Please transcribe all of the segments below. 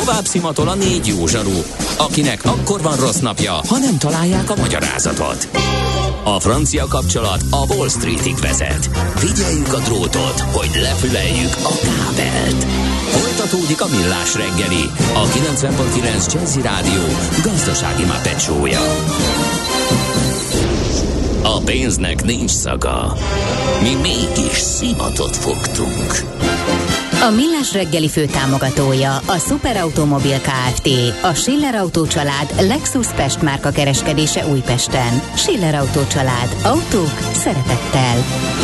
Tovább szimatol a 4 jó zsaru, akinek akkor van rossz napja, ha nem találják a magyarázatot. A francia kapcsolat a Wall Streetig vezet. Figyeljük a drótot, hogy lefüleljük a kábelt. Folytatódik a Millás reggeli, a 90.9 Jazzy Rádió gazdasági mápecsója. A pénznek nincs szaga. Mi mégis szimatot fogtunk. A Millás reggeli főtámogatója a Superautomobil Kft. A Schiller Autó család Lexus Pest márka kereskedése Újpesten. Schiller Autó család. Autók szeretettel.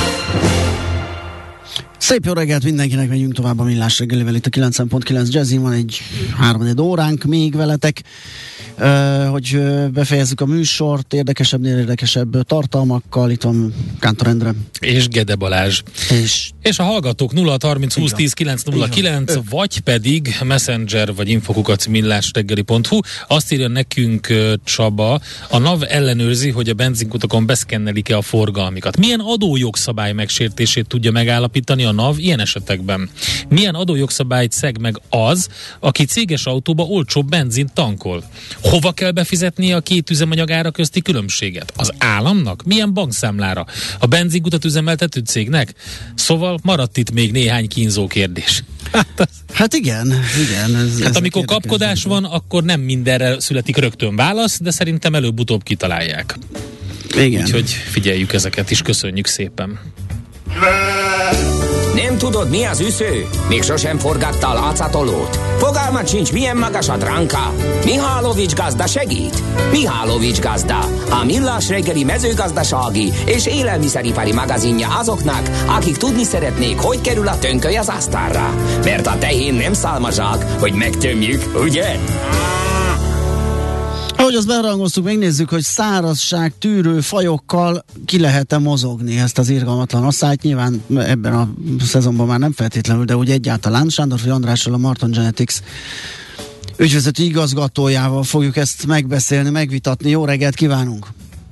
Szép jó reggelt mindenkinek, megyünk tovább a Millás reggelivel itt a 90.9 Jazzin. Van egy 3 óránk még veletek, hogy befejezzük a műsort érdekesebbnél érdekesebb tartalmakkal. Itt van Kántor Endre és Gede Balázs. És a hallgatók 063020100909 vagy pedig Messenger vagy info@millásreggeli.hu. Azt írja nekünk Csaba, a NAV ellenőrzi, hogy a benzinkutakon beszkennelik-e a forgalmikat. Milyen adójogszabály megsértését tudja megállapítani a NAV ilyen esetekben? Milyen adójogszabályt szeg meg az, aki céges autóba olcsóbb benzint tankol? Hova kell befizetnie a két üzemanyag ára közti különbséget? Az államnak? Milyen bankszámlára? A benzinkutat üzemeltető cégnek? Szóval maradt itt még néhány kínzó kérdés. Hát igen. Amikor kapkodás van, akkor nem mindenre születik rögtön válasz, de szerintem előbb-utóbb kitalálják. Igen. Úgyhogy figyeljük ezeket is, köszönjük szépen. Nem tudod, mi az üsző? Még sosem forgattál átszatolót? Fogalmat sincs, milyen magas a dránka? Mihálovics gazda segít? Mihálovics gazda, a Millás reggeli mezőgazdasági és élelmiszeripari magazinja azoknak, akik tudni szeretnék, hogy kerül a tönköly az asztalra. Mert a tehén nem szálmazsák, hogy megtömjük, ugye? Ahogy azt berangoztuk, megnézzük, hogy szárazság tűrő fajokkal ki lehet-e mozogni ezt az irgalmatlan asszályt. Nyilván ebben a szezonban már nem feltétlenül, de úgy egyáltalán. Sándorfi Andrással, a Marton Genetics ügyvezető igazgatójával fogjuk ezt megbeszélni, megvitatni. Jó reggelt kívánunk!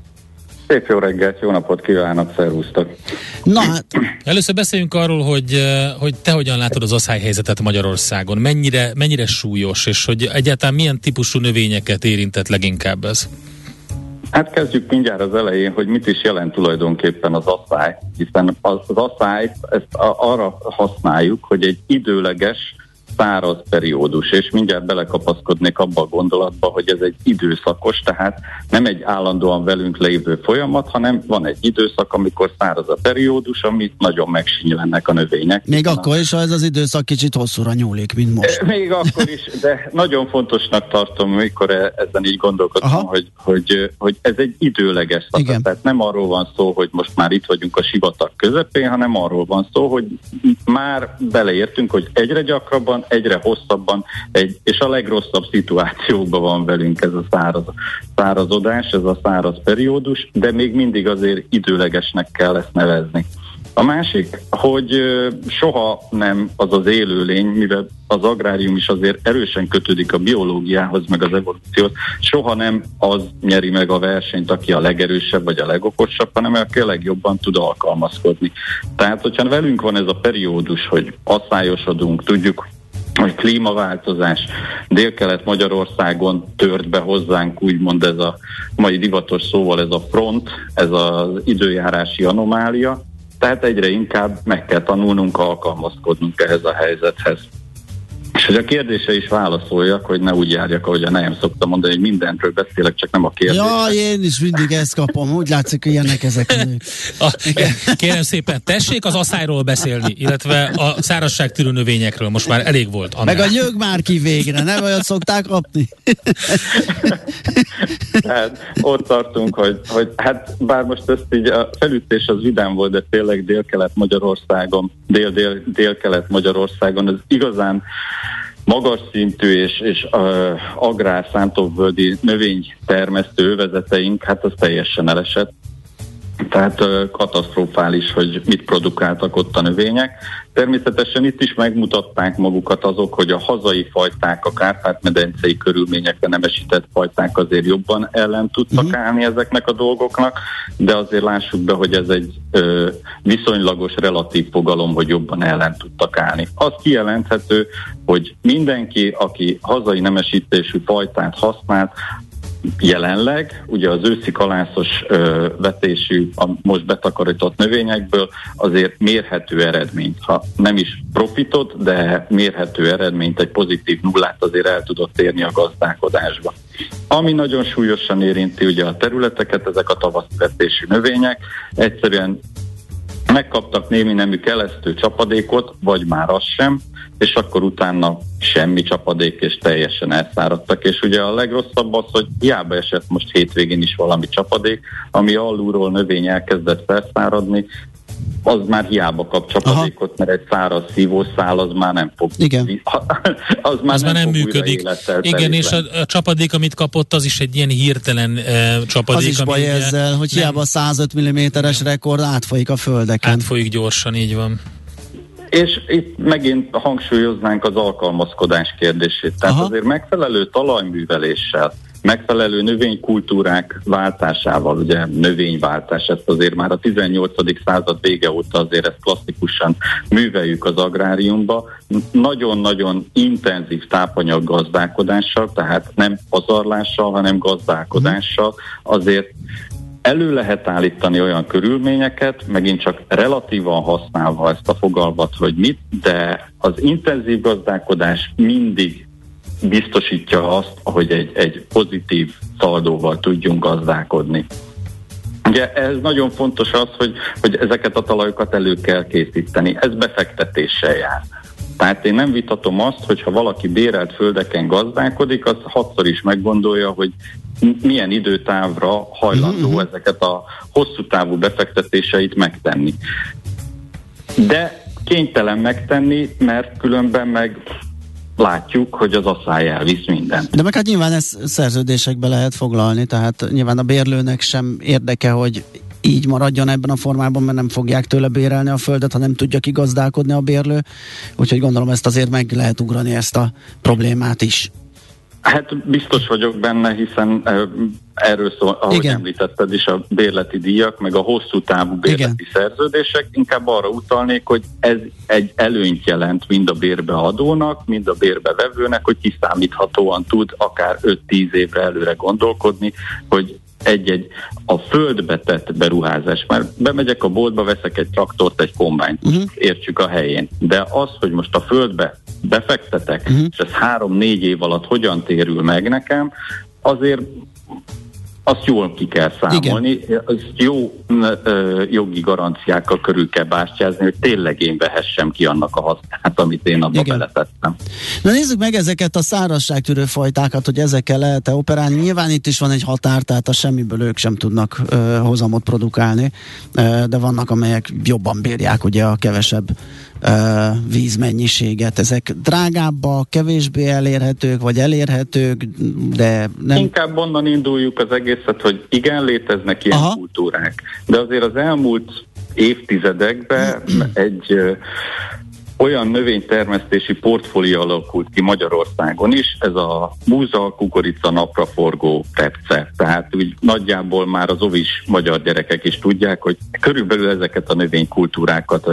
Szép jó reggelt, jó napot kívánok, szervusztok! Na hát... Először beszéljünk arról, hogy te hogyan látod az asszályhelyzetet Magyarországon. Mennyire súlyos, és hogy egyáltalán milyen típusú növényeket érintett leginkább ez? Hát kezdjük mindjárt az elején, hogy mit is jelent tulajdonképpen az asszály, hiszen az asszályt ezt arra használjuk, hogy egy időleges száraz periódus, és mindjárt belekapaszkodnék abba a gondolatba, hogy ez egy időszakos, tehát nem egy állandóan velünk lévő folyamat, hanem van egy időszak, amikor száraz a periódus, amit nagyon megsínylennek a növények. Még akkor is, ha ez az időszak kicsit hosszúra nyúlik, mint most. Még akkor is, de nagyon fontosnak tartom, amikor ezen így gondolkodom, hogy ez egy időleges szakasz. Igen. Tehát nem arról van szó, hogy most már itt vagyunk a sivatag közepén, hanem arról van szó, hogy már beleértünk, hogy egyre gyakrabban, egyre hosszabban, és a legrosszabb szituációkban van velünk ez a szárazodás, ez a száraz periódus, de még mindig azért időlegesnek kell ezt nevezni. A másik, hogy soha nem az az élőlény, mivel az agrárium is azért erősen kötődik a biológiához, meg az evolúcióhoz, soha nem az nyeri meg a versenyt, aki a legerősebb vagy a legokosabb, hanem aki a legjobban tud alkalmazkodni. Tehát, hogyha velünk van ez a periódus, hogy asszályosodunk, tudjuk, hogy klímaváltozás, Délkelet-Magyarországon tört be hozzánk, úgymond ez a mai divatos szóval ez a front, ez az időjárási anomália, tehát egyre inkább meg kell tanulnunk, alkalmazkodnunk ehhez a helyzethez. És hogy a kérdése is válaszoljak, hogy ne úgy járjak, ahogy nem szoktam mondani, hogy mindentről beszélek, csak nem a kérdés. Ja, én is mindig ezt kapom, úgy látszik, hogy ilyenek ezek. Kérem szépen, tessék az asszályról beszélni, illetve a szárazságtűrő növényekről, most már elég volt. András. Meg a nyög már ki végre, nem olyat szokták kapni. Hát, ott tartunk, hogy hát bár most ezt így a felütés az vidám volt, de tényleg Délkelet-Magyarországon, Délkelet-Magyarországon az igazán magas szintű és agrár szántóföldi növénytermesztő övezeteink, hát az teljesen elesett. Tehát katasztrofális, hogy mit produkáltak ott a növények. Természetesen itt is megmutatták magukat azok, hogy a hazai fajták, a Kárpát-medencei körülményekre nemesített fajták azért jobban ellen tudtak állni ezeknek a dolgoknak, de azért lássuk be, hogy ez egy viszonylagos, relatív fogalom, hogy jobban ellen tudtak állni. Az kijelenthető, hogy mindenki, aki hazai nemesítésű fajtát használt, jelenleg, ugye az őszi kalászos vetésű, a most betakarított növényekből azért mérhető eredményt, ha nem is profitot, de mérhető eredményt, egy pozitív nullát azért el tudott érni a gazdálkodásba. Ami nagyon súlyosan érinti ugye a területeket, ezek a tavaszi vetésű növények, egyszerűen megkaptak némi nemű kelesztő csapadékot, vagy már az sem, és akkor utána semmi csapadék, és teljesen elszáradtak. És ugye a legrosszabb az, hogy hiába esett most hétvégén is valami csapadék, ami alulról növény elkezdett felszáradni, az már hiába kap csapadékot, mert egy száraz szívószál az már nem fog. Igen. az már nem működik. Igen, és a csapadék, amit kapott, az is egy ilyen hirtelen csapadék. Az is baj ezzel, hogy hiába 105 mm-es rekord átfolyik a földeken. Átfolyik gyorsan, így van. És itt megint hangsúlyoznánk az alkalmazkodás kérdését. Tehát azért megfelelő talajműveléssel, megfelelő növénykultúrák váltásával, ugye növényváltás, ezt azért már a 18. század vége óta azért ezt klasszikusan műveljük az agráriumba, nagyon-nagyon intenzív tápanyag gazdálkodással, tehát nem pazarlással, hanem gazdálkodással azért elő lehet állítani olyan körülményeket, megint csak relatívan használva ezt a fogalmat, hogy mit, de az intenzív gazdálkodás mindig biztosítja azt, hogy egy pozitív szaldóval tudjunk gazdálkodni. Ugye ez nagyon fontos az, hogy ezeket a talajokat elő kell készíteni. Ez befektetéssel jár. Tehát én nem vitatom azt, hogyha valaki bérelt földeken gazdálkodik, az 6-szor is meggondolja, hogy milyen időtávra hajlandó ezeket a hosszú távú befektetéseit megtenni. De kénytelen megtenni, mert különben meg látjuk, hogy az asszály elvisz mindent. De meg hát nyilván ezt szerződésekbe lehet foglalni, tehát nyilván a bérlőnek sem érdeke, hogy így maradjon ebben a formában, mert nem fogják tőle bérelni a földet, ha nem tudja kigazdálkodni a bérlő. Úgyhogy gondolom ezt azért meg lehet ugrani, ezt a problémát is. Hát biztos vagyok benne, hiszen erről szól, ahogy említetted is, a bérleti díjak, meg a hosszú távú bérleti szerződések. Inkább arra utalnék, hogy ez egy előnyt jelent mind a bérbeadónak, mind a bérbevevőnek, hogy kiszámíthatóan tud akár 5-10 évre előre gondolkodni, hogy egy a földbe tett beruházás. Már bemegyek a boltba, veszek egy traktort, egy kombányt, értsük a helyén. De az, hogy most a földbe befektetek, és ez 3-4 év alatt hogyan térül meg nekem, azért azt jól ki kell számolni, az jó jogi garanciákkal körül kell bástyázni, hogy tényleg én vehessem ki annak a hasznát, amit én abba beletettem. Na nézzük meg ezeket a szárazságtűrő fajtákat, hogy ezekkel lehet-e operálni. Nyilván itt is van egy határ, tehát a semmiből ők sem tudnak hozamot produkálni, de vannak, amelyek jobban bírják ugye a kevesebb vízmennyiséget. Ezek drágábbak, kevésbé elérhetők, vagy elérhetők, de nem... Inkább onnan induljuk az egészet, hogy igen, léteznek ilyen kultúrák, de azért az elmúlt évtizedekben egy olyan növénytermesztési portfólió alakult ki Magyarországon is, ez a búza, kukorica, napraforgó, repce. Tehát úgy nagyjából már az ovis magyar gyerekek is tudják, hogy körülbelül ezeket a növénykultúrákat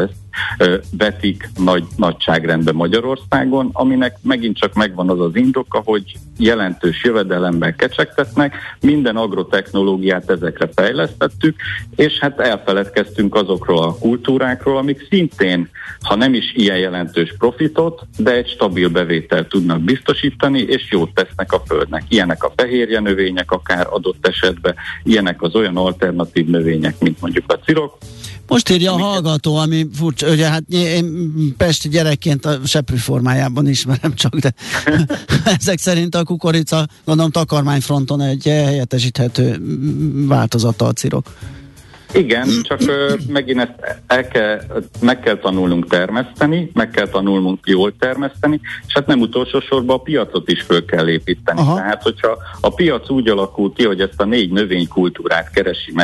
vetik nagy nagyságrendben Magyarországon, aminek megint csak megvan az az indoka, hogy jelentős jövedelemmel kecsegtetnek, minden agrotechnológiát ezekre fejlesztettük, és hát elfeledkeztünk azokról a kultúrákról, amik szintén, ha nem is ilyen jelentős profitot, de egy stabil bevételt tudnak biztosítani, és jót tesznek a földnek. Ilyenek a fehérje növények, akár adott esetben, ilyenek az olyan alternatív növények, mint mondjuk a cirok. Most írja a hallgató, ami furcsa, ugye hát én pesti gyerekként a seprű formájában ismerem csak, de ezek szerint a kukorica, gondolom takarmányfronton egy helyettesíthető változata a cirok. Igen, csak megint ezt meg kell tanulnunk termeszteni, meg kell tanulnunk jól termeszteni, és hát nem utolsó sorban a piacot is föl kell építeni. Tehát, hogyha a piac úgy alakul ki, hogy ezt a 4 növénykultúrát keresi, mert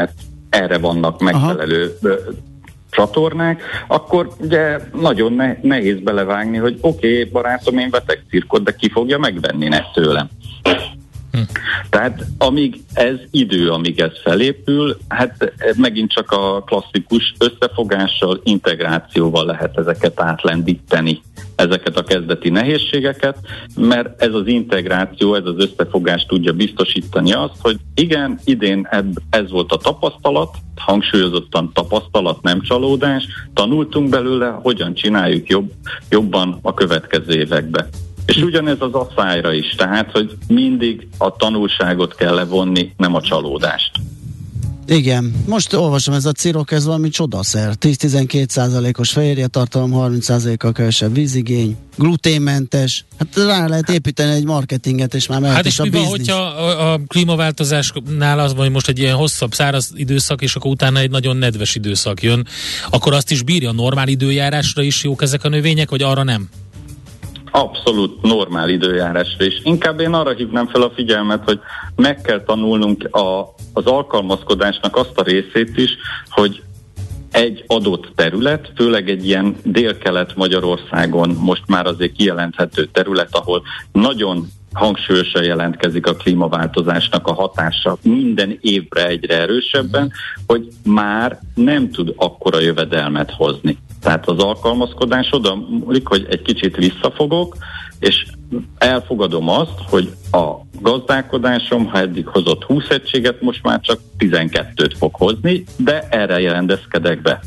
erre vannak megfelelő csatornák, akkor ugye nagyon nehéz belevágni, hogy oké, barátom, én vetek cirkot, de ki fogja megvenni tőlem. Tehát amíg ez idő, amíg ez felépül, hát megint csak a klasszikus összefogással, integrációval lehet ezeket átlendíteni, ezeket a kezdeti nehézségeket, mert ez az integráció, ez az összefogás tudja biztosítani azt, hogy igen, idén ez volt a tapasztalat, hangsúlyozottan tapasztalat, nem csalódás, tanultunk belőle, hogyan csináljuk jobban a következő években. És ugyanez az asszályra is, tehát, hogy mindig a tanulságot kell levonni, nem a csalódást. Igen, most olvasom, ez a cirok, ez valami csodaszer. 10-12%-os fehérjetartalom, 30%-kal kevesebb vízigény, gluténmentes. Hát rá lehet építeni egy marketinget, és már mehet is a biznisz. Hát és mi van, hogyha a klímaváltozásnál az van, hogy most egy ilyen hosszabb száraz időszak, és akkor utána egy nagyon nedves időszak jön, akkor azt is bírja, normál időjárásra is jók ezek a növények, vagy arra nem? Abszolút normál időjárásra is. Inkább én arra hívnám fel a figyelmet, hogy meg kell tanulnunk az alkalmazkodásnak azt a részét is, hogy egy adott terület, főleg egy ilyen délkelet Magyarországon most már azért kijelenthető terület, ahol nagyon hangsúlyosan jelentkezik a klímaváltozásnak a hatása minden évre egyre erősebben, hogy már nem tud akkora jövedelmet hozni. Tehát az alkalmazkodás oda múlik, hogy egy kicsit visszafogok, és elfogadom azt, hogy a gazdálkodásom, ha eddig hozott 20 egységet, most már csak 12-t fog hozni, de erre jelentkezkedek be.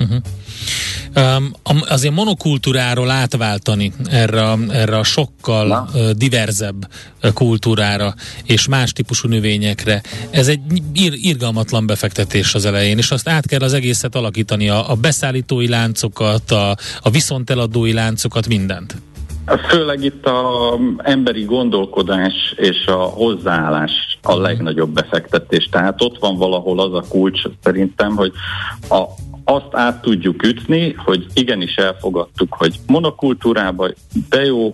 Azért monokultúráról átváltani erre a sokkal diverzebb kultúrára és más típusú növényekre, ez egy irgalmatlan befektetés az elején, és azt át kell az egészet alakítani, a beszállítói láncokat, a viszonteladói láncokat, mindent. Főleg itt az emberi gondolkodás és a hozzáállás a legnagyobb befektetés. Tehát ott van valahol az a kulcs szerintem, hogy azt át tudjuk ütni, hogy igenis elfogadtuk, hogy monokultúrában de jó,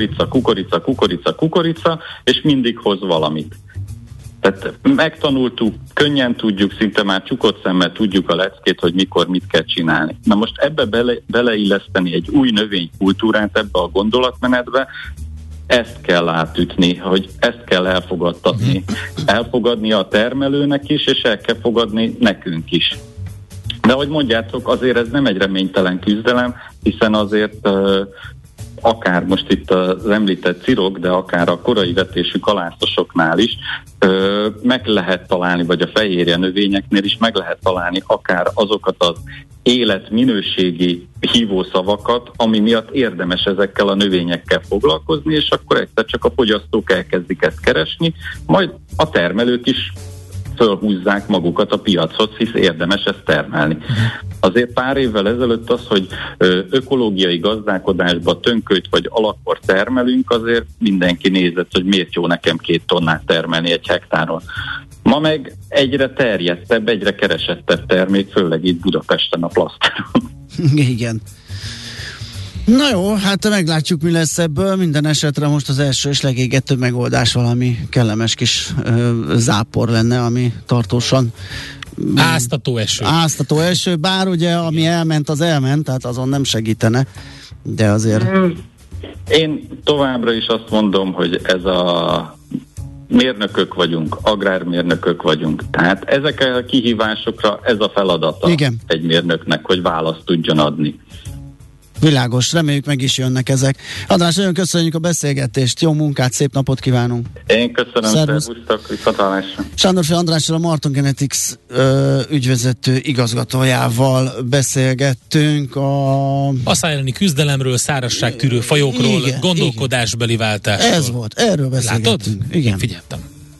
kukorica, és mindig hoz valamit. Tehát megtanultuk, könnyen tudjuk, szinte már csukott szemmel tudjuk a leckét, hogy mikor mit kell csinálni. Na most ebbe beleilleszteni egy új növénykultúrát ebbe a gondolatmenetbe, ezt kell átütni, hogy ezt kell elfogadtatni. Elfogadni a termelőnek is, és el kell fogadni nekünk is. De ahogy mondjátok, azért ez nem egy reménytelen küzdelem, hiszen azért akár most itt az említett cirok, de akár a korai vetésű kalászosoknál is meg lehet találni, vagy a fehérje növényeknél is meg lehet találni akár azokat az életminőségi hívószavakat, ami miatt érdemes ezekkel a növényekkel foglalkozni, és akkor egyszer csak a fogyasztók elkezdik ezt keresni, majd a termelők is fölhúzzák magukat a piachoz, hisz érdemes ezt termelni. Azért pár évvel ezelőtt az, hogy ökológiai gazdálkodásba tönkölyt vagy alakor termelünk, azért mindenki nézett, hogy miért jó nekem 2 tonnát termelni egy hektáron. Ma meg egyre terjedtebb, egyre keresettebb termék, főleg itt Budapesten a plasztáron. Igen. Na jó, hát meglátjuk, mi lesz ebből. Minden esetre most az első és legégetőbb megoldás valami kellemes kis zápor lenne, ami tartósan áztató eső, bár ugye ami elment, az elment, tehát azon nem segítene, de azért... Én továbbra is azt mondom, hogy ez a mérnökök vagyunk, agrármérnökök vagyunk. Tehát ezek a kihívásokra ez a feladata egy mérnöknek, hogy választ tudjon adni. Világos, reméljük meg is jönnek ezek. András, nagyon köszönjük a beszélgetést, jó munkát, szép napot kívánunk. Én köszönöm, szervusztok, viszontlátásra. Sándorfi Andrással, a Marton Genetics ügyvezető igazgatójával beszélgettünk a szájlani küzdelemről, szárazságtűrő fajokról, gondolkodásbeli váltásról. Ez volt, erről beszélgettünk. Látod? Igen. Figyeltem.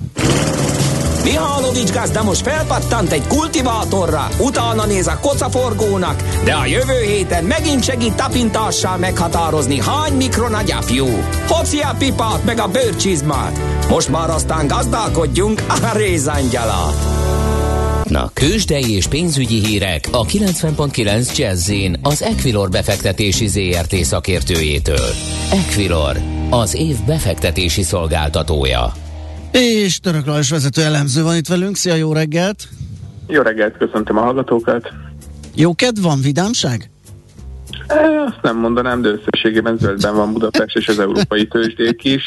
Mihálovics gazda most felpattant egy kultivátorra, utána néz a kocaforgónak, de a jövő héten megint segít tapintással meghatározni, hány mikron a gyapjú. Hoci a pipát meg a bőrcsizmát. Most már aztán gazdálkodjunk a rézangyala. Na, kősdei és pénzügyi hírek a 90.9 Jazz-in az Equilor befektetési ZRT szakértőjétől. Equilor, az év befektetési szolgáltatója. És Török Lajos vezető elemző van itt velünk. Szia, jó reggelt! Jó reggelt, köszöntöm a hallgatókat. Jó kedv van, vidámság? Azt nem mondanám, de összességében zöldben van Budapest és az európai tőzsdék is.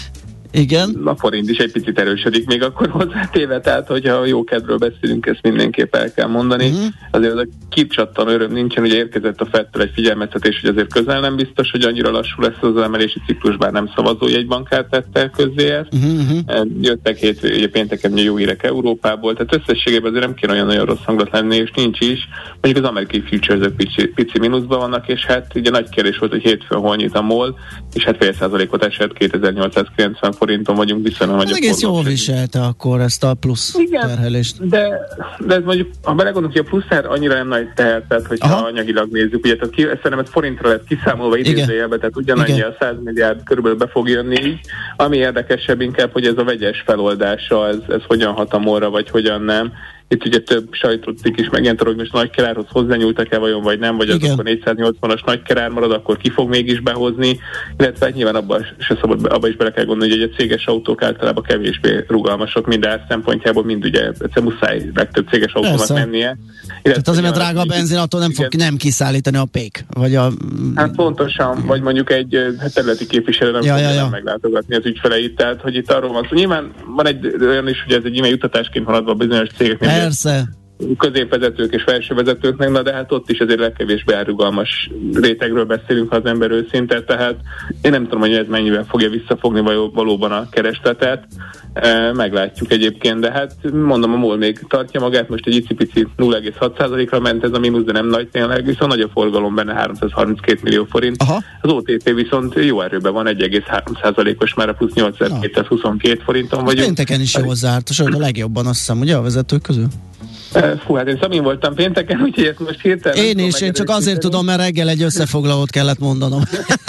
Igen. A forint is egy picit erősödik még akkor hozzátéve, tehát hogyha jó kedvről beszélünk, ezt mindenképp el kell mondani. Azért az a kicsattan öröm nincsen, ugye érkezett a Fedtől egy figyelmeztetés, hogy azért közel nem biztos, hogy annyira lassú lesz az emelési ciklus, bár nem szavazójegybankár tette közé ezt. Jöttek hétfőn, pénteken jó hírek Európából, tehát összességében azért nem kéne olyan nagyon rossz hangulat lenni, és nincs is. Mondjuk az amerikai futures-ök pici mínuszban vannak, és hát ugye nagy kérdés volt, hogy hétfőn hol nyit a MOL, és hát 0,5%-ot esett, 2890 forinton vagyunk viszonylag nagyobb. Egész jól viselte akkor ezt a plusz terhelést. De ez mondjuk, ha belegondolunk, hogy a pluszár annyira nem nagy teher, tehát hogyha anyagilag nézzük, ugye, tehát szerintem ez forintra lett kiszámolva idézőjelbe, tehát ugyanannyi a 100 milliárd körülbelül be fog jönni így. Ami érdekesebb inkább, hogy ez a vegyes feloldása, ez hogyan hat a MOL-ra, vagy hogyan nem. Itt ugye több sajtócikk is megjelent, hogy most nagykerárhoz hozzányúltak-e vajon, vagy nem, vagy az akkor 480-as nagykerár marad, akkor ki fog mégis behozni, illetve hát nyilván abba is bele kell gondolni, hogy a céges autók általában kevésbé rugalmasok, mind ár szempontjából, mind ugye egyszer muszáj legtöbb céges autónak mennie. Tehát azért, mert drága a benzin, attól nem fog nem kiszállítani a pék, vagy a... Hát pontosan, vagy mondjuk egy területi képviselő nem fogja meglátogatni az ügyfeleit, tehát hogy itt arról van szó. Nyilván van egy olyan is, hogy ez egy e-mail juttatásként van adva a bizonyos cégeknél. Persze. Középvezetők és felsővezetőknek, na de hát ott is azért legkevésbé árrugalmas rétegről beszélünk, ha az ember őszinte, tehát én nem tudom, hogy ez mennyivel fogja visszafogni valóban a keresletet, meglátjuk egyébként, de hát mondom, a MOL még tartja magát, most egy icipici 0,6%-ra ment ez a mínusz, de nem nagy tényleg, viszont nagy a forgalom benne, 332 millió forint. Aha. Az OTP viszont jó erőben van, 1,3%-os, már a plusz 8222 forinton vagyunk. Pénteken is jól zárt, sőt a legjobban azt hiszem, ugye a vezetők közül? Fú, hát én Szabin voltam pénteken, úgyhogy ezt most hirtelen... Én csak azért tudom, mert reggel egy összefoglalót kellett mondanom.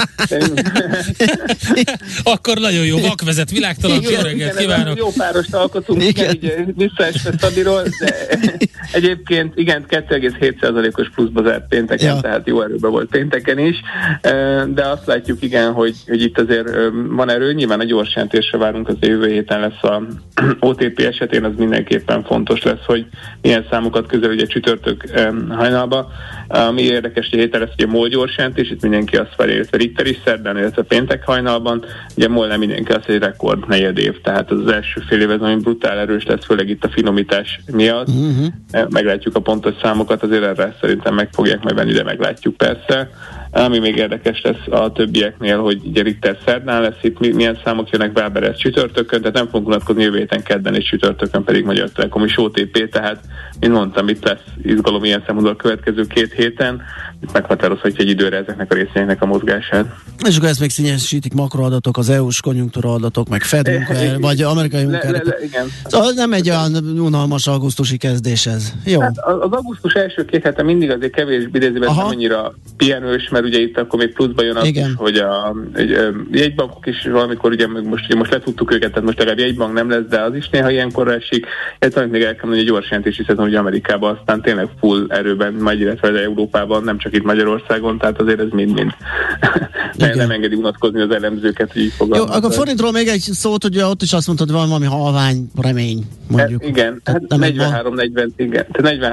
Akkor nagyon jó, vakvezet, világtalan, jó reggelt kívánok! Jó párost alkotunk, így visszaesve Szabiról, de egyébként igen, 2,7%-os pluszba zárt pénteken, tehát jó erőben volt pénteken is, de azt látjuk igen, hogy itt azért van erő, nyilván a gyors jelentésre várunk, az jövő héten lesz a OTP esetén, az mindenképpen fontos lesz, hogy milyen számokat közel ugye csütörtök hajnalba. Ami érdekes, hogy héten lesz ugye MOL gyors jelentés, itt mindenki azt felé, illetve Richter is szerdán, illetve péntek hajnalban. Ugye MOL nem mindenki azt, egy rekord negyed év, tehát az első fél év ez ami brutál erős lesz, főleg itt a finomítás miatt. Meglátjuk a pontos számokat, azért erre szerintem meg fogják majd venni, de meglátjuk persze. Ami még érdekes lesz a többieknél, hogy ugye Richter szerdán lesz, itt milyen számok jönnek be, ez csütörtökön, tehát nem fogunk unatkozni jövő héten kedden, és csütörtökön pedig Magyar Telekom és OTP, tehát mint mondtam, itt lesz izgalom ilyen szempontból a következő 2 héten, itt meghatározhatja egy időre ezeknek a részvényeknek a mozgását. És akkor ezt még színesítik makroadatok, az EU-s konjunktúra adatok, meg Fed munkaerő, vagy amerikai munkaerő. Szóval nem egy olyan unalmas augusztusi kezdés ez. Jó. Hát az augusztus első 2 hete mindig azért kevésbé idézőben nem annyira pihenős, mert ugye itt akkor még pluszba jön az is, hogy a jegybankok is valamikor, ugye most letudtuk őket, tehát most legalább jegybank nem lesz, de az is néha ilyenkorra esik. Ezt még el kell mondani, hogy gyors jelentési szezon, hogy Amerikában aztán tényleg full erőben majd, illetve Európában, nem csak itt Magyarországon, tehát azért ez mind-mind nem engedi unatkozni az elemzőket, hogy így fogalmazza. Jó, akkor forintról még egy szót, hogy ott is azt mondtad, hogy van valami halvány remény, mondjuk. Igen, hát 43-40, igen,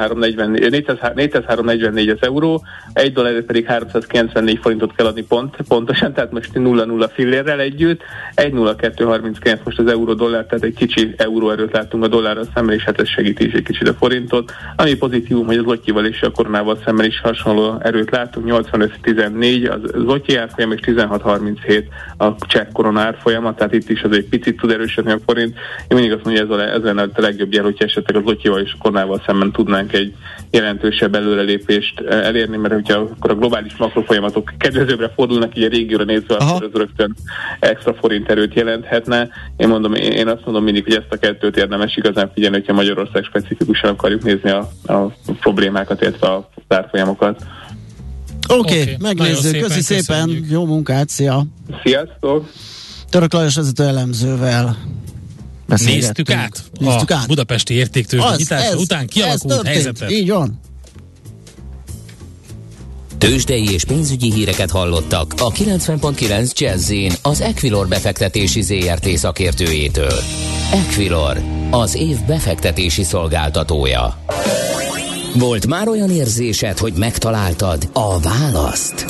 403-44 az euró, $1 pedig 394 forintot kell adni pontosan, tehát most 0,0 fillérrel együtt, 1,0239 most az euró-dollár, tehát egy kicsi euróerőt láttunk a dollárral szemben, és hát ez segíti is egy kicsit a forintot. Ami pozitívum, hogy az zlotyival és a koronával szemben is hasonló erőt látunk, 85,14 az zlotyi árfolyam, és 16,37 a cseh korona árfolyama, tehát itt is az egy picit tud erősödni a forint. Én mindig azt mondja, hogy ez lenne a legjobb jel, hogyha esetleg az zlotyival és a koronával szemben tudnánk egy jelentősebb előrelépést elérni, mert hogyha akkor a globális makrofolyamatok kedvezőbbre fordulnak, így a régióra nézve, akkor az rögtön extra forint erőt jelenthetne. Én azt mondom mindig, hogy ezt a kettőt érdemes igazán figyelni, hogyha Magyarország specifikusan akarjuk nézni a problémákat, illetve a árfolyamokat. Oké, megnézzük. Köszi szépen, jó munkát, szia! Sziasztok! Török Lajos vezető elemzővel Néztük át a budapesti értéktőzsde nyitása után kialakult helyzetet. Így van. Tőzsdei és pénzügyi híreket hallottak a 90.9 Jazz-in az Equilor befektetési ZRT szakértőjétől. Equilor, az év befektetési szolgáltatója. Volt már olyan érzésed, hogy megtaláltad a választ?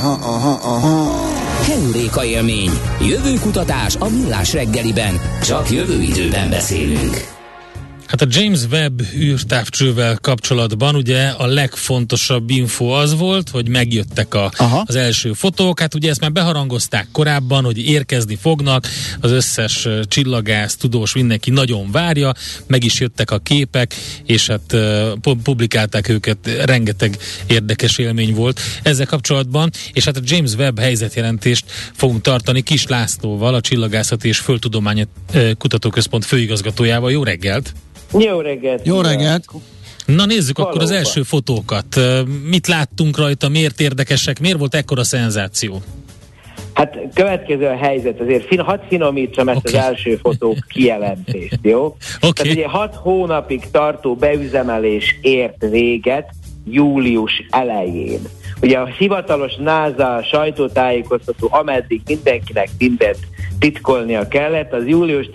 Aha. Heuréka élmény. Jövőkutatás a Millás reggeliben. Csak jövő időben beszélünk. Hát a James Webb űrtávcsővel kapcsolatban ugye a legfontosabb info az volt, hogy megjöttek az első fotók. Hát ugye ezt már beharangozták korábban, hogy érkezni fognak, az összes csillagász, tudós, mindenki nagyon várja, meg is jöttek a képek, és hát publikálták őket, rengeteg érdekes élmény volt ezzel kapcsolatban, és hát a James Webb helyzetjelentést fogunk tartani Kis Lászlóval, a Csillagászati és Földtudományi Kutatóközpont főigazgatójával. Jó reggelt! Jó reggelt! Jó reggelt! Na nézzük akkor az első fotókat. Mit láttunk rajta, miért érdekesek, miért volt ekkora szenzáció? Hát következő a helyzet, azért hadd finomítsam ezt az első fotók kijelentést, jó? Tehát ugye 6 hónapig tartó beüzemelés ért véget július elején. Ugye a hivatalos NASA sajtótájékoztató, ameddig mindenkinek mindent titkolnia kellett, az július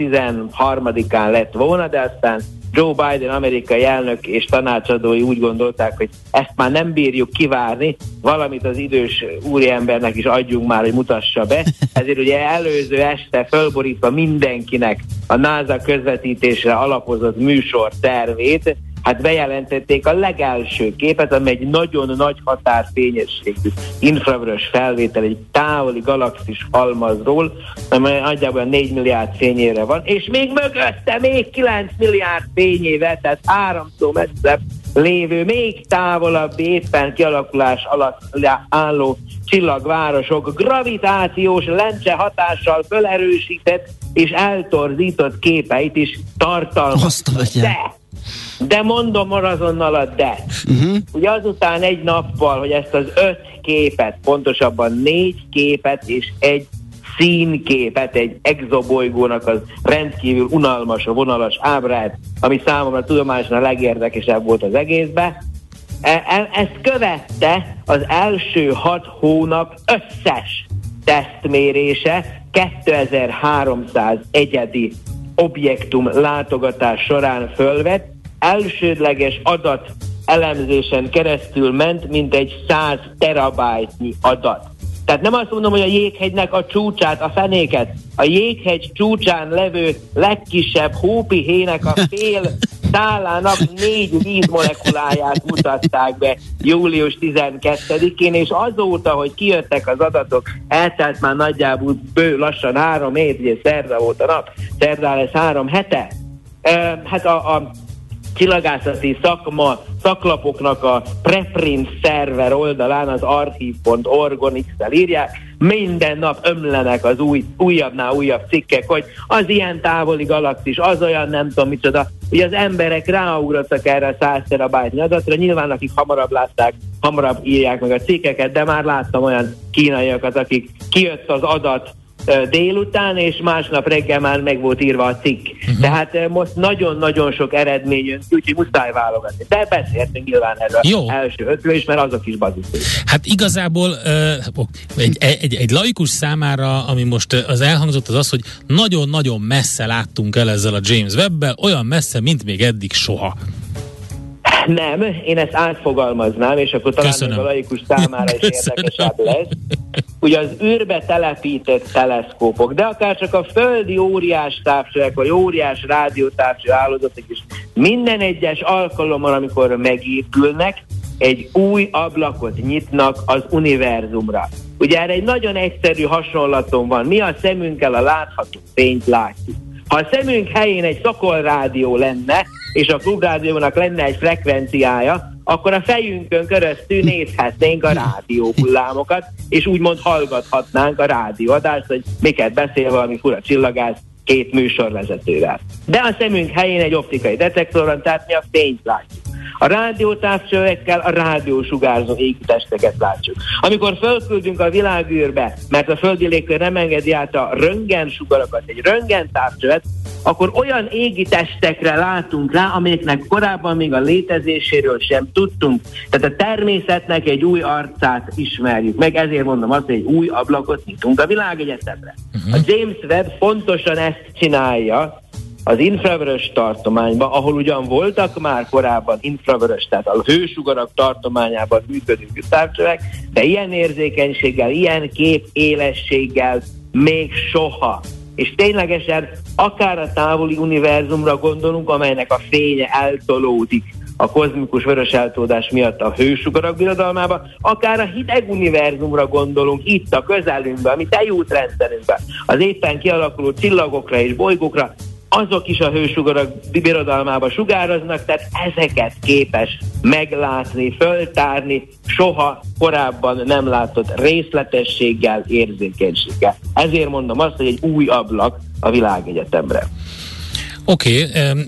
13-án lett volna, de aztán Joe Biden amerikai elnök és tanácsadói úgy gondolták, hogy ezt már nem bírjuk kivárni, valamit az idős úriembernek is adjunk már, hogy mutassa be. Ezért ugye előző este fölborítva mindenkinek a NASA közvetítésre alapozott műsor tervét, hát bejelentették a legelső képet, amely egy nagyon nagy határfényességű infravörös felvétel egy távoli galaxis halmazról, amely nagyjából 4 milliárd fényévre van, és még mögötte még 9 milliárd fényéve, tehát 3-szor messzebb lévő, még távolabb, éppen kialakulás alatt álló csillagvárosok gravitációs lencse hatással felerősített és eltorzított képeit is tartalmaz. De mondom azonnal a de. Ugye azután egy nappal, hogy ezt az 5 képet, pontosabban 4 képet és egy színképet, egy exobolygónak az rendkívül unalmas, vonalas ábrát, ami számomra tudományosan a legérdekesebb volt az egészben. Ezt követte az első 6 hónap összes tesztmérése, 2300 egyedi objektum látogatás során fölvett, elsődleges adat elemzésen keresztül ment, mint egy 100 terabájtnyi adat. Tehát nem azt mondom, hogy a jéghegynek a csúcsát, a fenéket, a jéghegy csúcsán levő legkisebb hópihének a fél szálának 4 vízmolekuláját mutatták be július 12-én, és azóta, hogy kijöttek az adatok, eltelt már nagyjából lassan 3 hét, ugye szerda volt a nap, szerdán lesz 3 hete. Hát a csillagászati szaklapoknak a preprint szerver oldalán, az archive.org-on X-tel írják, minden nap ömlenek az újabbnál újabb cikkek, hogy az ilyen távoli galaxis, az olyan nem tudom micsoda. Ugye az emberek ráugrottak erre a 100 terabájtnyi adatra, nyilván akik hamarabb látták, hamarabb írják meg a cikkeket, de már láttam olyan kínaiakat, akik kijött az adat délután, és másnap reggel már meg volt írva a cikk. Tehát most nagyon-nagyon sok eredmény jön, úgyhogy muszáj válogatni. De beszéltünk nyilván erről első 5-ről is, mert azok is baziték. Hát igazából egy laikus számára, ami most az elhangzott, az az, hogy nagyon-nagyon messze láttunk el ezzel a James Webb-bel, olyan messze, mint még eddig soha. Nem, én ezt átfogalmaznám, és akkor talán még a laikus számára is érdekesebb lesz. Ugye az űrbe telepített teleszkópok, de akár csak a földi óriás távcsövek, vagy óriás rádiótávcső hálózatok is minden egyes alkalommal, amikor megépülnek, egy új ablakot nyitnak az univerzumra. Ugye erre egy nagyon egyszerű hasonlatom van. Mi a szemünkkel a látható fényt látjuk. Ha a szemünk helyén egy szokolrádió lenne, és a klubrádiónak lenne egy frekvenciája, akkor a fejünkön keresztül nézhetnénk a rádióhullámokat, és úgymond hallgathatnánk a rádióadást, hogy miket beszél valami fura csillagász 2 műsorvezetővel. De a szemünk helyén egy optikai detektor van, tehát mi a fényt látjuk. A rádiótávcsövekkel a rádiósugárzó égitesteket látjuk. Amikor fölküldünk a világűrbe, mert a földi légkör nem engedi át a röntgensugarakat, egy röntgentávcsövet, akkor olyan égitestekre látunk rá, amelyeknek korábban még a létezéséről sem tudtunk. Tehát a természetnek egy új arcát ismerjük meg, ezért mondom azt, hogy egy új ablakot nyitunk a világegyetemre. A James Webb pontosan ezt csinálja, az infravörös tartományba, ahol ugyan voltak már korábban infravörös, tehát a hősugarak tartományában működő távcsövek, de ilyen érzékenységgel, ilyen képélességgel még soha. És ténylegesen akár a távoli univerzumra gondolunk, amelynek a fénye eltolódik a kozmikus vörös eltódás miatt a hősugarak birodalmába, akár a hideg univerzumra gondolunk itt a közelünkben, a mi tejútrendszerünkben, az éppen kialakuló csillagokra és bolygókra, azok is a hősugarak birodalmába sugároznak, tehát ezeket képes meglátni, föltárni, soha korábban nem látott részletességgel, érzékenységgel. Ezért mondom azt, hogy egy új ablak a világegyetemre. Oké,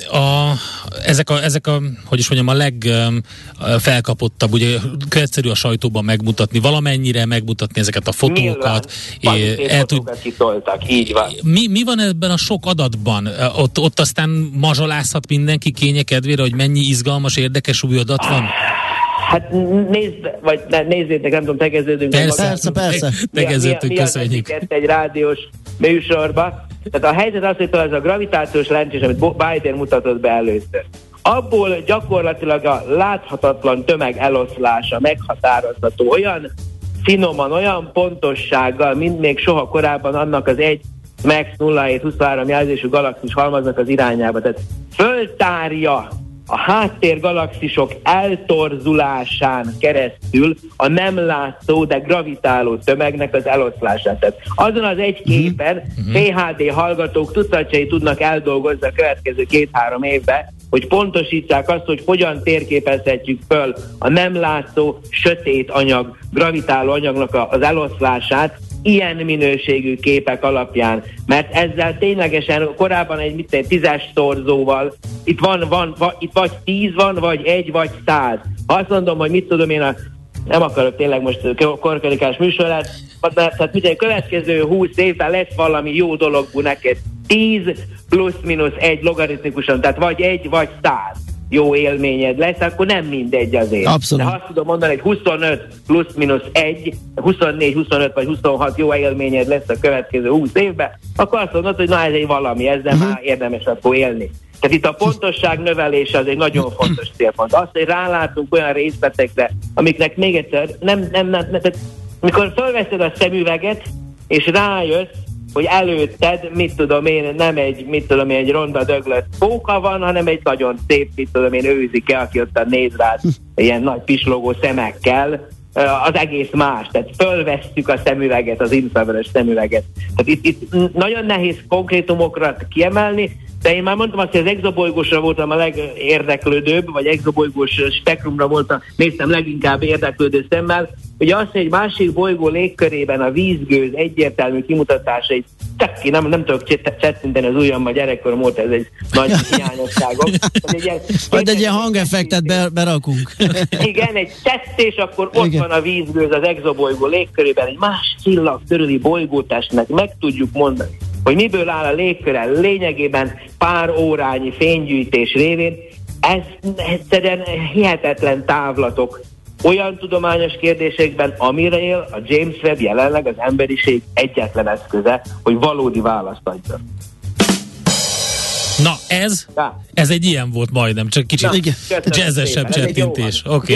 ezek a, hogy is mondjam, a legfelkapottabb, ugye egyszerű a sajtóban megmutatni, valamennyire megmutatni ezeket a fotókat. Fotókat kitoltak, így van. Mi van ebben a sok adatban? Ott aztán mazsolázhat mindenki kénye kedvére, hogy mennyi izgalmas, érdekes új adat van? Hát nézzétek, nem tudom, tegeződünk. Persze. Tegeződünk, köszönjük. Egy rádiós műsorba. Tehát a helyzet az, hogy ez a gravitációs lencsés, amit Biden mutatott be először. Abból gyakorlatilag a láthatatlan tömeg eloszlása meghatározható olyan finoman, olyan pontossággal, mint még soha korábban annak az egy Max 0723 jelzésű galaxis halmaznak az irányába. Tehát föltárja a háttérgalaxisok eltorzulásán keresztül a nem látszó, de gravitáló tömegnek az eloszlását. Tehát azon az egy képen PhD hallgatók tucatjai tudnak eldolgozni a következő 2-3 évben, hogy pontosítsák azt, hogy hogyan térképezhetjük föl a nem látszó, sötét anyag, gravitáló anyagnak az eloszlását, ilyen minőségű képek alapján, mert ezzel ténylegesen korábban egy 10-es szorzóval, itt vagy 10 van, vagy 1, vagy 100. Ha azt mondom, hogy mit tudom én, nem akarok tényleg most korkarikás műsorát, tehát a következő 20 évben lesz valami jó dologú neked. 10 plusz-minusz 1 logaritmikusan, tehát vagy 1, vagy 100 jó élményed lesz, akkor nem mindegy azért. Abszolút. De ha azt tudom mondani, hogy 25 plusz-minusz 1, 24, 25 vagy 26 jó élményed lesz a következő 20 évben, akkor azt mondod, hogy na ez egy valami, ezzel már érdemes akkor élni. Tehát itt a pontosság növelése az egy nagyon fontos célpont. Azt, hogy rálátunk olyan részletekre, amiknek még egyszer tehát mikor felveszed a szemüveget, és rájössz, hogy előtted, egy ronda döglött póka van, hanem egy nagyon szép, őzike, aki ott néz rád ilyen nagy pislogó szemekkel, az egész más. Tehát fölvesszük a szemüveget, az infravörös szemüveget. Tehát itt nagyon nehéz konkrétumokra kiemelni, de én már mondtam azt, hogy az exobolygósra voltam a legérdeklődőbb, vagy exobolygós spektrumra néztem leginkább érdeklődő szemmel. Ugye azt, hogy egy másik bolygó légkörében a vízgőz egyértelmű kimutatása, nem tudok csettinteni az ujjammal, gyerekkorom volt, ez egy nagy hiányosságom. Majd egy ilyen hangeffektet berakunk. Igen, egy és akkor ott van a vízgőz az exobolygó légkörében, egy más csillag körüli bolygótestnek meg tudjuk mondani, hogy miből áll a légköre, lényegében pár órányi fénygyűjtés révén. Ez egyszerűen hihetetlen távlatok olyan tudományos kérdésekben, amire él a James Webb jelenleg az emberiség egyetlen eszköze, hogy valódi választ adjon. Na ez egy ilyen volt majdnem, csak kicsit jazzesebb csettintés. Oké.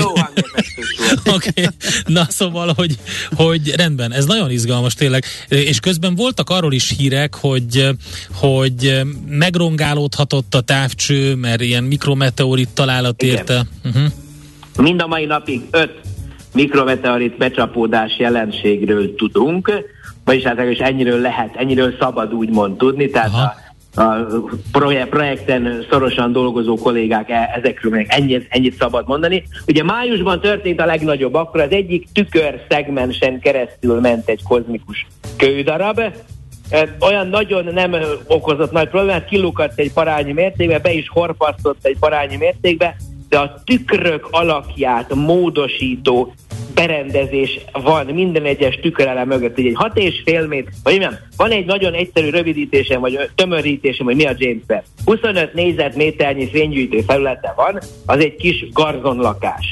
Na szóval, hogy rendben, ez nagyon izgalmas tényleg, és közben voltak arról is hírek, hogy megrongálódhatott a távcső, mert ilyen mikrometeorit találat érte. Mind a mai napig 5 mikrometeorit becsapódás jelenségről tudunk, vagyis hát ennyiről szabad úgymond tudni, tehát a projekten szorosan dolgozó kollégák ezekről még ennyit szabad mondani. Ugye májusban történt a legnagyobb, akkor az egyik tükörszegmensen keresztül ment egy kozmikus kődarab, olyan nagyon nem okozott nagy problémát, kilukadt egy parányi mértékbe, be is horpasztott egy parányi mértékbe, de a tükrök alakját módosító berendezés van minden egyes tükörelem mögött. Így egy 6,5 méter, vagy nem, van egy nagyon egyszerű rövidítésem, vagy tömörítésem, hogy mi a James Webb. 25 négyzetméternyi fénygyűjtő felülete van, az egy kis garzonlakás.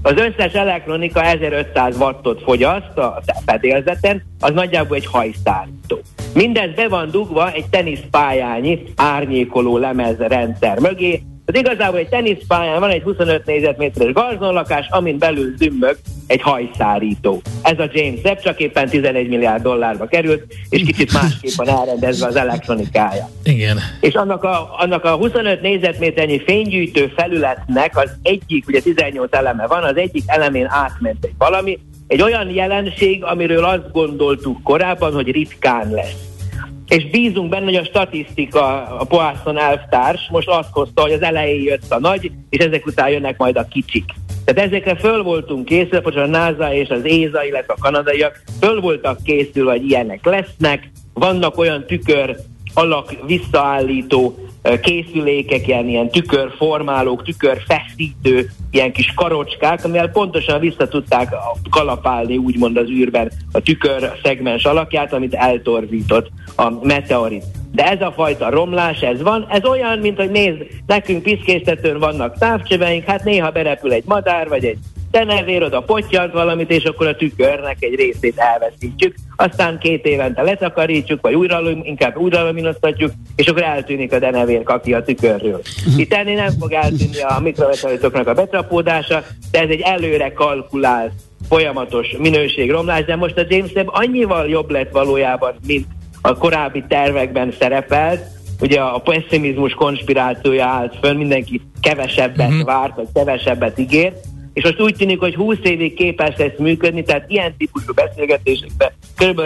Az összes elektronika 1500 wattot fogyaszt a fedélzeten, az nagyjából egy hajszárító. Mindez be van dugva egy teniszpályányi árnyékoló lemezrendszer mögé. Az igazából egy teniszpályán van egy 25 négyzetméteres garzonlakás, amin belül zümmög egy hajszárító. Ez a James Webb csak éppen $11 milliárd került, és kicsit másképp van elrendezve az elektronikája. Igen. És annak a 25 négyzetméternyi fénygyűjtő felületnek az egyik, ugye 18 eleme van, az egyik elemén átment egy valami, egy olyan jelenség, amiről azt gondoltuk korábban, hogy ritkán lesz. És bízunk benne, hogy a statisztika, a Poisson elvtárs most azt hozta, hogy az elején jött a nagy, és ezek után jönnek majd a kicsik. Tehát ezekre föl voltunk készülve, a NASA és az ESA, illetve a kanadaiak föl voltak készülve, hogy ilyenek lesznek. Vannak olyan tükör alak visszaállító készülékek, ilyen tükörformálók, tükörfeszítő, ilyen kis karocskák, amivel pontosan vissza tudták kalapálni úgymond az űrben a tükör szegmens alakját, amit eltorzított a meteorit. De ez a fajta romlás, ez van, ez olyan, mint hogy nézd, nekünk piszkéstetőn vannak távcsöveink, hát néha berepül egy madár, vagy egy denevér, oda pottyant valamit, és akkor a tükörnek egy részét elveszítjük, aztán 2 évente letakarítjuk, vagy inkább újraluminoztatjuk, és akkor eltűnik a denevér kaki a tükörről. Itt ennél nem fog eltűnni a mikrometeoritoknak a becsapódása, de ez egy előre kalkulált, folyamatos minőségromlás, de most a James Webb annyival jobb lett valójában, mint a korábbi tervekben szerepelt. Ugye a pessimizmus konspirációja állt fönn, mindenki kevesebbet várt, vagy kevesebbet ígért, és most úgy tűnik, hogy 20 évig képes lesz működni, tehát ilyen típusú beszélgetésekben kb.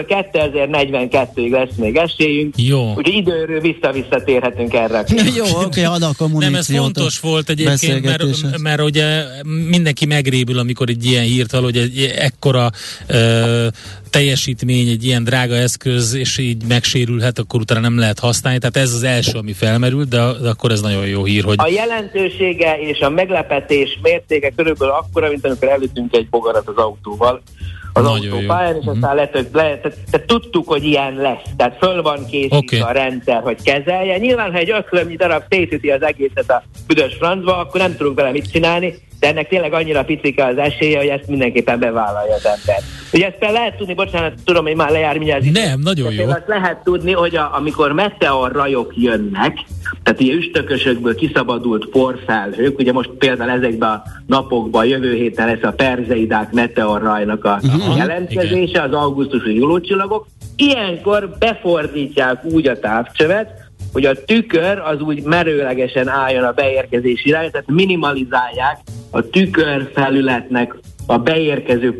2042-ig lesz még esélyünk. Jó. Úgyhogy időről visszatérhetünk erre. Jó, oké, ad a kommuníciót. Nem, ez fontos volt egyébként, mert ugye mindenki megrébül, amikor egy ilyen hírt hall, hogy egy ekkora teljesítmény, egy ilyen drága eszköz, és így megsérülhet, akkor utána nem lehet használni. Tehát ez az első, ami felmerült, de akkor ez nagyon jó hír, hogy... A jelentősége és a meglepetés mértéke körülbelül akkora, mint amikor elütünk egy bogarat az autóval az autópályán, és aztán tehát tudtuk, hogy ilyen lesz. Tehát föl van készítve a rendszer, hogy kezelje. Nyilván, ha egy öklömnyi darab szétüti az egészet a büdös francba, akkor nem tudunk vele mit csinálni, de ennek tényleg annyira picike az esélye, hogy ezt mindenképpen bevállalja az ember. Ugye ezt például lehet tudni, bocsánat, tudom, hogy már lejár mindjárt. Nem, nagyon jó. Azt lehet tudni, hogy amikor meteorrajok jönnek, tehát ilyen üstökösökből kiszabadult porfelhők, ugye most például ezekben a napokban, jövő héten lesz a Perseidák meteorrajnak a jelentkezése, az augusztusi hullócsillagok, ilyenkor befordítják úgy a távcsövet, hogy a tükör az úgy merőlegesen álljon a beérkezés irányába, tehát minimalizálják a tükörfelületnek a beérkező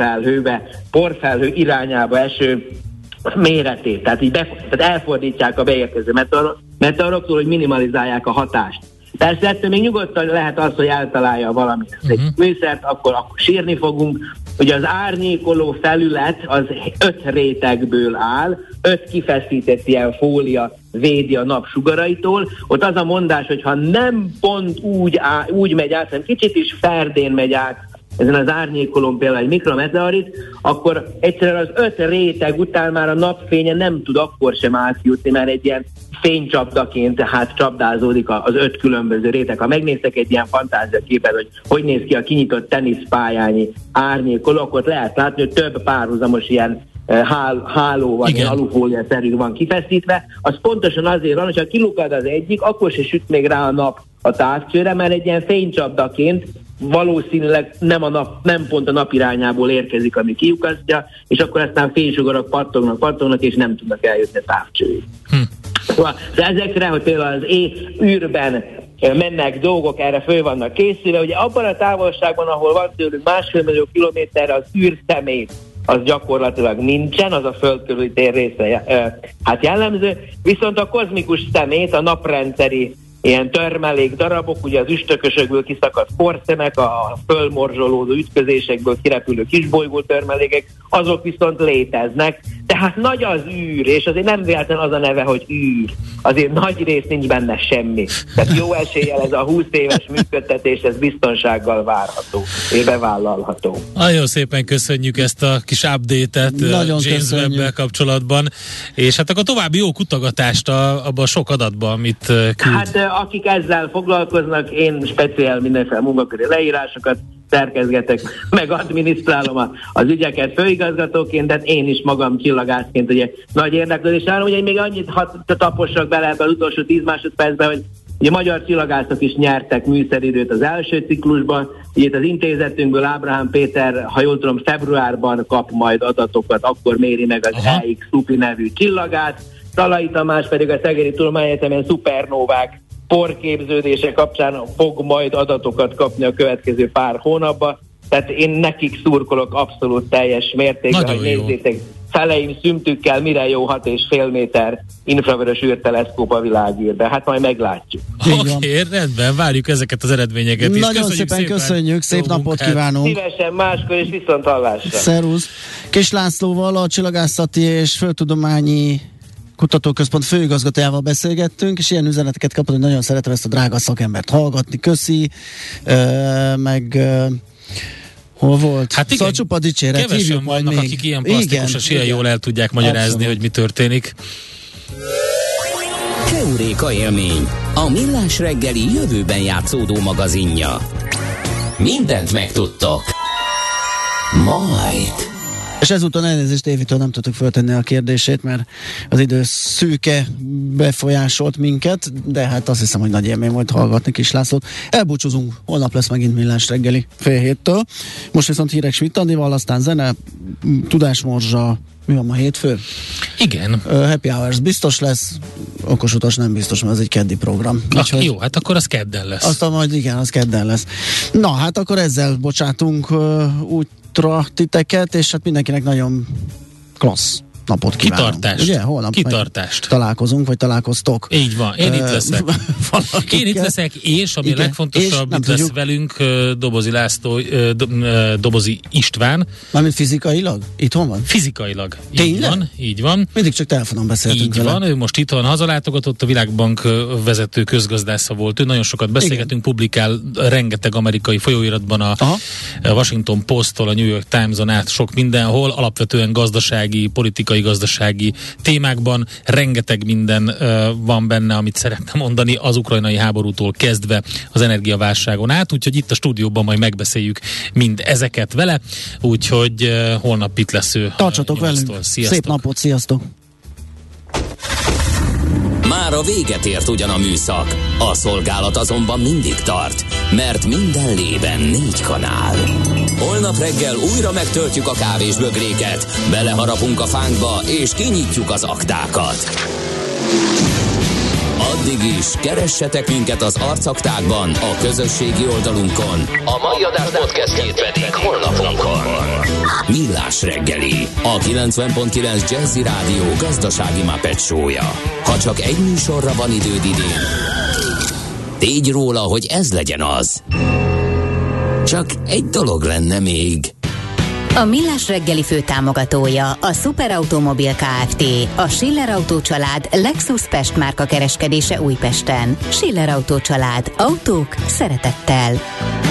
porfelhő irányába eső méretét. Tehát tehát elfordítják a beérkező meteoroktól, hogy minimalizálják a hatást. Persze ettől még nyugodtan lehet az, hogy eltalálja valami egy műszert, akkor sírni fogunk. Ugye az árnyékoló felület az 5 rétegből áll, 5 kifeszített ilyen fólia védi a napsugaraitól. Ott az a mondás, hogy ha nem pont úgy megy át, hanem kicsit is ferdén megy át ezen az árnyékolón például egy mikrometeorit, akkor egyszerűen az 5 réteg után már a napfénye nem tud akkor sem átjutni, mert egy ilyen fénycsapdaként tehát csapdázódik az 5 különböző réteg. Ha megnéztek egy ilyen fantáziaképet, hogy néz ki a kinyitott teniszpályányi árnyékoló, akkor lehet látni, hogy több párhuzamos ilyen háló van, ilyen alufólia-szerű van kifeszítve. Az pontosan azért van, hogyha kilukad az egyik, akkor se süt még rá a nap a távcsőre, mert egy ilyen fénycsapdaként valószínűleg nem pont a nap irányából érkezik, ami kiukasztja, és akkor aztán fénysugarak pattognak, és nem tudnak eljutni a távcsőig. Szóval ezekre, hogy például az űrben mennek dolgok, erre föl vannak készülve. Ugye abban a távolságban, ahol van tőlünk 1,5 millió kilométerre, az űrszemét az gyakorlatilag nincsen, az a föld körüli tér része jellemző, viszont a kozmikus szemét, a naprendszeri ilyen törmelék darabok, ugye az üstökösökből kiszakadt porszemek, a fölmorzsolódó ütközésekből kirepülő kisbolygó törmelékek, azok viszont léteznek. Tehát nagy az űr, és azért nem véletlen az a neve, hogy űr. Azért nagy rész nincs benne semmi. Tehát jó eséllyel ez a 20 éves működtetés, ez biztonsággal várható, és bevállalható. Nagyon szépen köszönjük ezt a kis update-et James Webb-bel kapcsolatban, és hát akkor további jó kutatást abban a sok adatban, amit küld. Hát akik ezzel foglalkoznak, én speciál mindenféle munkaköri leírásokat szerkezgetek, meg adminisztrálom az ügyeket főigazgatóként, de én is magam csillagászként ugye nagy érdeklődés állom. Ugye még annyit tapossak bele ebbe az utolsó 10 másodpercben, hogy ugye magyar csillagászok is nyertek műszeridőt az első ciklusban, ugye itt az intézetünkből Ábrahám Péter, ha jól tudom, februárban kap majd adatokat, akkor méri meg az EX Szupi nevű csillagát, Szalai Tamás pedig a Szegedi Tudományegyetemen szupernóvák porképződése kapcsán fog majd adatokat kapni a következő pár hónapban, tehát én nekik szurkolok abszolút teljes mértékben, hogy nézzétek, feleim szümtükkel mire jó 6,5 méter infravörös űrteleszkóp a világűrbe. Hát majd meglátjuk. Oké, rendben, várjuk ezeket az eredményeket is. Nagyon szépen köszönjük, szép napot kívánunk. Szívesen máskor és viszont hallásra. Szervusz. Kis Lászlóval, a Csillagászati és Földtudományi Kutatóközpont főigazgatójával beszélgettünk, és ilyen üzeneteket kapott, hogy nagyon szeretem ezt a drága szakembert hallgatni, köszi, hol volt? Hát igen, csupa dicséret, kevesen vannak, még. Akik ilyen plastikusos ilyen jól el tudják magyarázni, abszolút, hogy mi történik. Keuréka élmény, a Millás reggeli jövőben játszódó magazinja. Mindent megtudtok. Majd. És ezúton elnézést Évitől nem tudtuk föltenni a kérdését, mert az idő szűke befolyásolt minket, de hát azt hiszem, hogy nagy élmény volt hallgatni Kis Lászlót. Elbúcsúzunk, holnap lesz megint Millás reggeli 6:30. Most viszont hírek Schmidt Andival, aztán zene, tudásmorzsa, mi van ma, hétfő? Igen. Happy Hours biztos lesz, okos utas nem biztos, mert ez egy keddi program. Jó, hát akkor az kedden lesz. Aztán majd igen, az kedden lesz. Na, hát akkor ezzel bocsátunk útra titeket, és hát mindenkinek nagyon klassz napot kívánunk. Kitartást. Ugye, holnap kitartást. Találkozunk, vagy találkoztok. Így van, én itt leszek. Én itt leszek, és ami igen, legfontosabb, itt lesz velünk Dobozi László, Dobozi István. Mármint fizikailag? Itthon van? Fizikailag. Tényleg? Így van. Mindig csak telefonon beszéltünk így vele. Van, ő most itthon hazalátogatott, a Világbank vezető közgazdásza volt. Ő nagyon sokat beszélgetünk, igen, publikál rengeteg amerikai folyóiratban, a Washington Post-tól, a New York Times-on át sok mindenhol, alapvetően gazdasági, politikai, gazdasági témákban rengeteg minden van benne, amit szeretne mondani az ukrajnai háborútól kezdve az energiaválságon át, úgyhogy itt a stúdióban majd megbeszéljük mind ezeket vele, úgyhogy holnap itt lesz ő. Tartsatok velünk, szép napot, sziasztok! Már a véget ért ugyan a műszak, a szolgálat azonban mindig tart, mert minden lében 4 kanál. Holnap reggel újra megtöltjük a kávésbögréket, beleharapunk a fánkba és kinyitjuk az aktákat. Addig is keressetek minket az arcaktákban, a közösségi oldalunkon. A mai adás podcastjét pedig honlapunkon. Millás reggeli, a 90.9 Jazzy Rádió gazdasági Muppet show-ja. Ha csak egy műsorra van időd idén, tégy róla, hogy ez legyen az. Csak egy dolog lenne még. A Millás reggeli főtámogatója a Superautomobil Kft. A Schiller Autó család Lexus Pest márka kereskedése Újpesten. Schiller Autó család. Autók szeretettel.